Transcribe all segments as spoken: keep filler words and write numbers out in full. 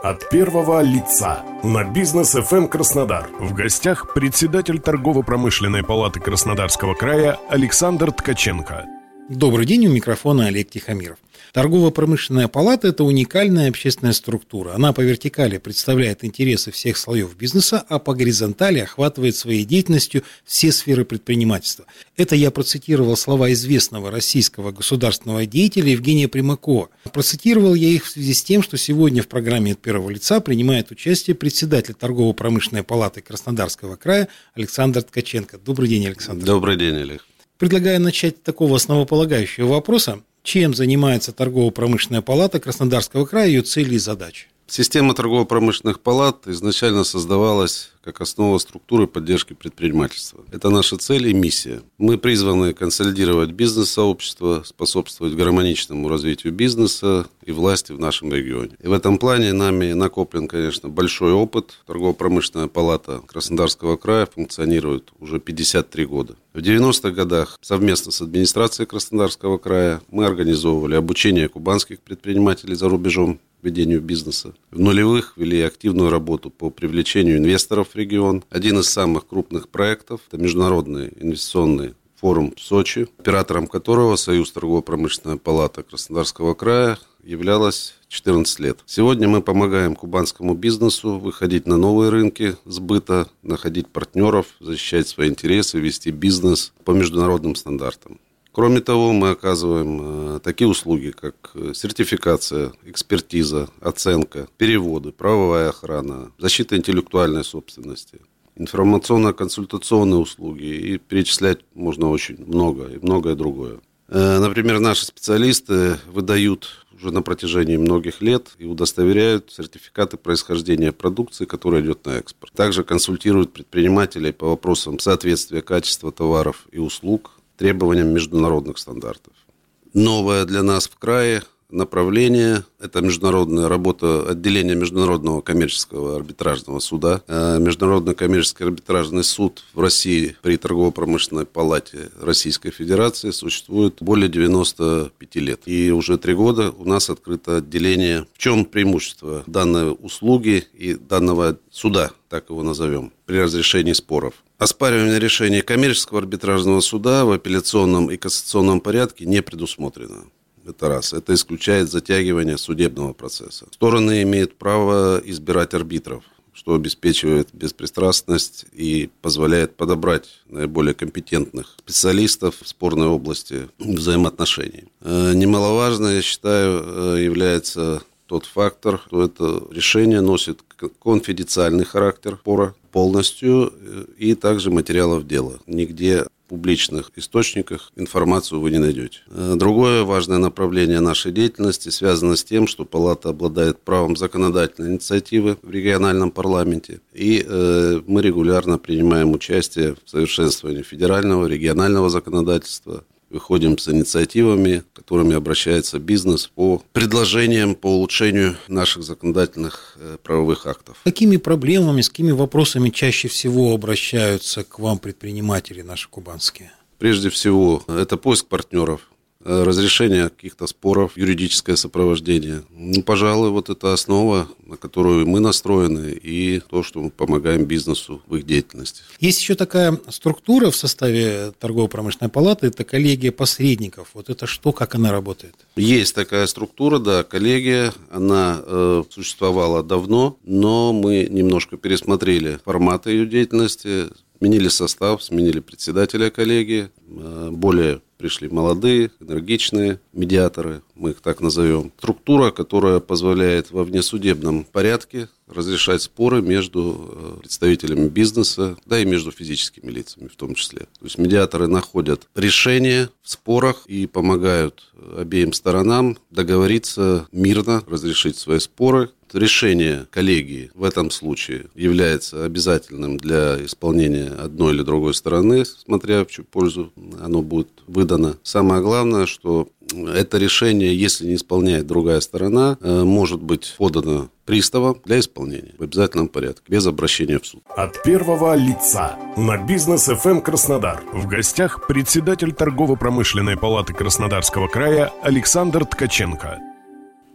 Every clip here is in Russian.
От первого лица на Бизнес эф эм Краснодар. В гостях председатель торгово-промышленной палаты Краснодарского края Александр Ткаченко. Добрый день, у микрофона Олег Тихомиров. Торгово-промышленная палата – это уникальная общественная структура. Она по вертикали представляет интересы всех слоев бизнеса, а по горизонтали охватывает своей деятельностью все сферы предпринимательства. Это я процитировал слова известного российского государственного деятеля Евгения Примакова. Процитировал я их в связи с тем, что сегодня в программе «От первого лица» принимает участие председатель торгово-промышленной палаты Краснодарского края Александр Ткаченко. Добрый день, Александр. Добрый день, Олег. Предлагаю начать с такого основополагающего вопроса. Чем занимается торгово-промышленная палата Краснодарского края, ее цели и задачи? Система торгово-промышленных палат изначально создавалась как основа структуры поддержки предпринимательства. Это наша цель и миссия. Мы призваны консолидировать бизнес-сообщество, способствовать гармоничному развитию бизнеса и власти в нашем регионе. И в этом плане нами накоплен, конечно, большой опыт. Торгово-промышленная палата Краснодарского края функционирует уже пятьдесят три года. В девяностых годах совместно с администрацией Краснодарского края мы организовывали обучение кубанских предпринимателей за рубежом ведению бизнеса. В нулевых вели активную работу по привлечению инвесторов в регион. Один из самых крупных проектов – это международный инвестиционный форум в Сочи, оператором которого Союз торгово-промышленная палата Краснодарского края являлась четырнадцать лет. Сегодня мы помогаем кубанскому бизнесу выходить на новые рынки сбыта, находить партнеров, защищать свои интересы, вести бизнес по международным стандартам. Кроме того, мы оказываем такие услуги, как сертификация, экспертиза, оценка, переводы, правовая охрана, защита интеллектуальной собственности, информационно-консультационные услуги, и перечислять можно очень много, и многое другое. Например, наши специалисты выдают уже на протяжении многих лет и удостоверяют сертификаты происхождения продукции, которая идет на экспорт. Также консультируют предпринимателей по вопросам соответствия качества товаров и услуг требованиям международных стандартов. Новое для нас в крае направление – это международная работа отделения Международного коммерческого арбитражного суда. Международный коммерческий арбитражный суд в России при торгово-промышленной палате Российской Федерации существует более девяноста пяти лет. И уже три года у нас открыто отделение. В чем преимущество данной услуги и данного суда, так его назовем, при разрешении споров? Оспаривание решений коммерческого арбитражного суда в апелляционном и кассационном порядке не предусмотрено. Это раз. Это исключает затягивание судебного процесса. Стороны имеют право избирать арбитров, что обеспечивает беспристрастность и позволяет подобрать наиболее компетентных специалистов в спорной области взаимоотношений. Немаловажно, я считаю, является тот фактор, что это решение носит конфиденциальный характер спора полностью и также материалов дела. Нигде в публичных источниках информацию вы не найдете. Другое важное направление нашей деятельности связано с тем, что палата обладает правом законодательной инициативы в региональном парламенте, и э, мы регулярно принимаем участие в совершенствовании федерального, регионального законодательства. Выходим с инициативами, которыми обращается бизнес по предложениям по улучшению наших законодательных э, правовых актов. С какими проблемами, с какими вопросами чаще всего обращаются к вам предприниматели наши кубанские? Прежде всего, это поиск партнеров, разрешение каких-то споров, юридическое сопровождение. Ну, пожалуй, вот это основа, на которую мы настроены, и то, что мы помогаем бизнесу в их деятельности. Есть еще такая структура в составе торгово-промышленной палаты, это коллегия посредников. Вот это что, как она работает? Есть такая структура, да, коллегия, она э, существовала давно, но мы немножко пересмотрели форматы ее деятельности, сменили состав, сменили председателя коллегии, э, более пришли молодые, энергичные медиаторы, мы их так назовем. Структура, которая позволяет во внесудебном порядке разрешать споры между представителями бизнеса, да и между физическими лицами в том числе. То есть медиаторы находят решения в спорах и помогают обеим сторонам договориться мирно, разрешить свои споры. Решение коллегии в этом случае является обязательным для исполнения одной или другой стороны, смотря в чью пользу оно будет выдано. Самое главное, что это решение, если не исполняет другая сторона, может быть подано приставом для исполнения в обязательном порядке, без обращения в суд. От первого лица на Бизнес эф эм Краснодар. В гостях председатель торгово-промышленной палаты Краснодарского края Александр Ткаченко.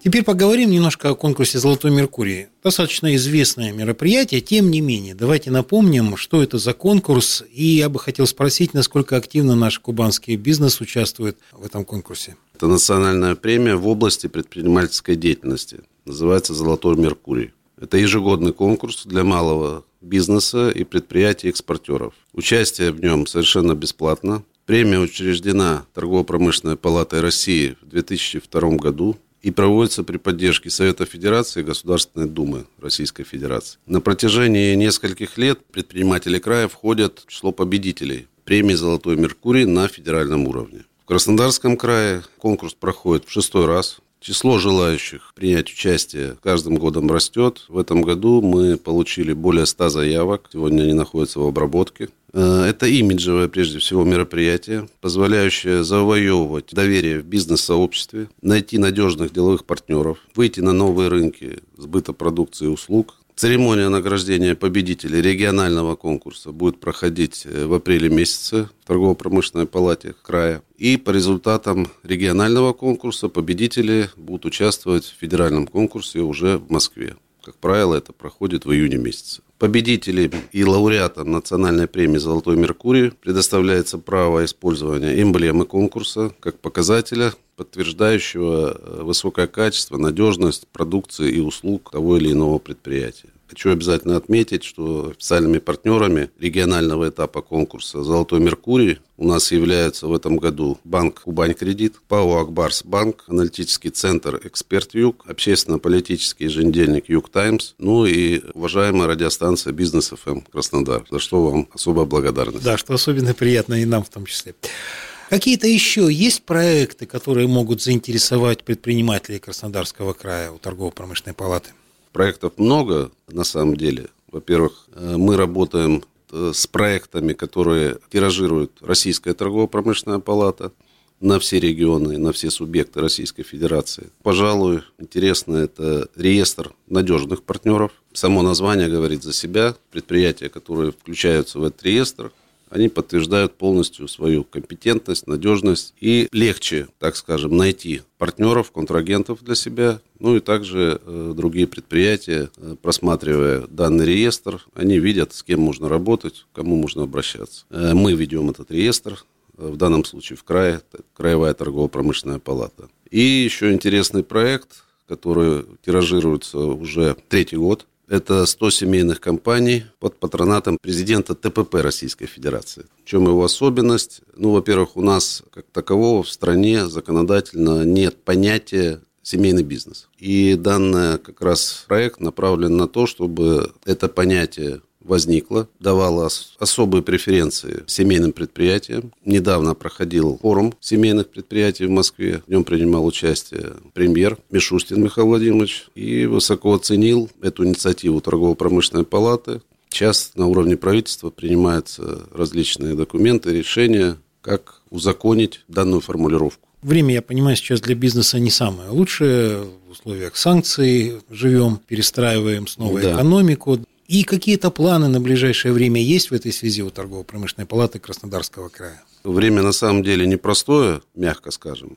Теперь поговорим немножко о конкурсе «Золотой Меркурий». Достаточно известное мероприятие, тем не менее. Давайте напомним, что это за конкурс. И я бы хотел спросить, насколько активно наш кубанский бизнес участвует в этом конкурсе. Это национальная премия в области предпринимательской деятельности. Называется «Золотой Меркурий». Это ежегодный конкурс для малого бизнеса и предприятий-экспортеров. Участие в нем совершенно бесплатно. Премия учреждена Торгово-промышленной палатой России в две тысячи втором году и проводится при поддержке Совета Федерации и Государственной Думы Российской Федерации. На протяжении нескольких лет предприниматели края входят в число победителей премии «Золотой Меркурий» на федеральном уровне. В Краснодарском крае конкурс проходит в шестой раз. Число желающих принять участие каждым годом растет. В этом году мы получили более ста заявок. Сегодня они находятся в обработке. Это имиджевое, прежде всего, мероприятие, позволяющее завоевывать доверие в бизнес-сообществе, найти надежных деловых партнеров, выйти на новые рынки сбыта продукции и услуг. Церемония награждения победителей регионального конкурса будет проходить в апреле месяце в Торгово-промышленной палате края. И по результатам регионального конкурса победители будут участвовать в федеральном конкурсе уже в Москве. Как правило, это проходит в июне месяце. Победителям и лауреатам национальной премии «Золотой Меркурий» предоставляется право использования эмблемы конкурса как показателя, подтверждающего высокое качество, надежность продукции и услуг того или иного предприятия. Хочу обязательно отметить, что официальными партнерами регионального этапа конкурса «Золотой Меркурий» у нас являются в этом году банк «Кубань Кредит», ПАО «Акбарс Банк», аналитический центр «Эксперт Юг», общественно-политический еженедельник «Юг Таймс», ну и уважаемая радиостанция «Бизнес эф эм Краснодар», за что вам особо благодарность. Да, что особенно приятно и нам в том числе. Какие-то еще есть проекты, которые могут заинтересовать предпринимателей Краснодарского края у Торгово-промышленной палаты? Проектов много, на самом деле. Во-первых, мы работаем с проектами, которые тиражирует Российская торгово-промышленная палата на все регионы, на все субъекты Российской Федерации. Пожалуй, интересно, это реестр надежных партнеров. Само название говорит за себя. Предприятия, которые включаются в этот реестр, они подтверждают полностью свою компетентность, надежность, и легче, так скажем, найти партнеров, контрагентов для себя. Ну и также э, другие предприятия, э, просматривая данный реестр, они видят, с кем можно работать, к кому можно обращаться. Э, мы ведем этот реестр, э, в данном случае в крае, Краевая торгово-промышленная палата. И еще интересный проект, который тиражируется уже третий год. Это сто семейных компаний под патронатом президента тэ пэ пэ Российской Федерации. В чем его особенность? Ну, во-первых, у нас как такового в стране законодательно нет понятия семейный бизнес. И данный как раз проект направлен на то, чтобы это понятие возникло, давало особые преференции семейным предприятиям. Недавно проходил форум семейных предприятий в Москве. В нем принимал участие премьер Мишустин Михаил Владимирович и высоко оценил эту инициативу Торгово-промышленной палаты. Сейчас на уровне правительства принимаются различные документы, решения, как узаконить данную формулировку. Время, я понимаю, сейчас для бизнеса не самое лучшее. В условиях санкций живем, перестраиваем снова да. экономику. И какие-то планы на ближайшее время есть в этой связи у Торгово-промышленной палаты Краснодарского края? Время на самом деле непростое, мягко скажем.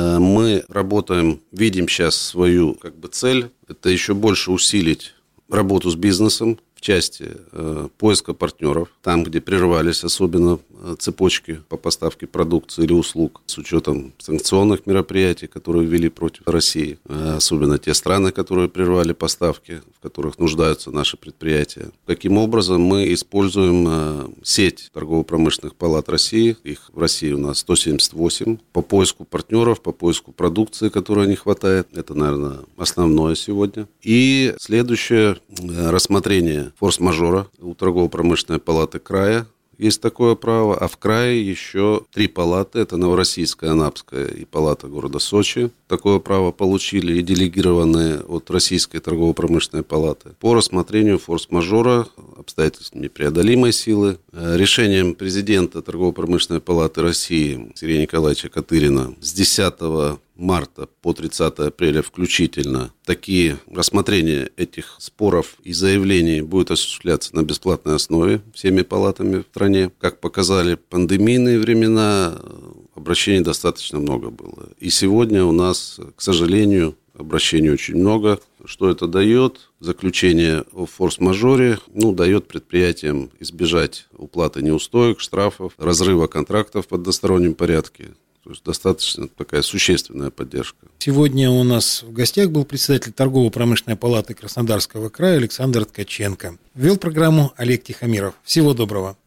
Мы работаем, видим сейчас свою как бы цель. Это еще больше усилить работу с бизнесом в части э, поиска партнеров, там, где прервались особенно э, цепочки по поставке продукции или услуг, с учетом санкционных мероприятий, которые ввели против России, э, особенно те страны, которые прервали поставки, в которых нуждаются наши предприятия. Каким образом мы используем э, сеть торгово-промышленных палат России, их в России у нас сто семьдесят восемь, по поиску партнеров, по поиску продукции, которой не хватает. Это, наверное, основное сегодня. И следующее э, рассмотрение форс-мажора у Торгово-промышленной палаты края. Есть такое право, а в крае еще три палаты, это Новороссийская, Анапская и палата города Сочи. Такое право получили и делегированные от Российской торгово-промышленной палаты по рассмотрению форс-мажора, обстоятельств непреодолимой силы. Решением президента Торгово-промышленной палаты России Сергея Николаевича Катырина с десятого марта по тридцатое апреля включительно такие рассмотрения этих споров и заявлений будет осуществляться на бесплатной основе всеми палатами в стране. Как показали пандемийные времена, обращений достаточно много было. И сегодня у нас, к сожалению, обращений очень много. Что это дает? Заключение о форс-мажоре, ну, дает предприятиям избежать уплаты неустоек, штрафов, разрыва контрактов в одностороннем порядке. То есть достаточно такая существенная поддержка. Сегодня у нас в гостях был председатель Торгово-промышленной палаты Краснодарского края Александр Ткаченко. Вел программу Олег Тихомиров. Всего доброго.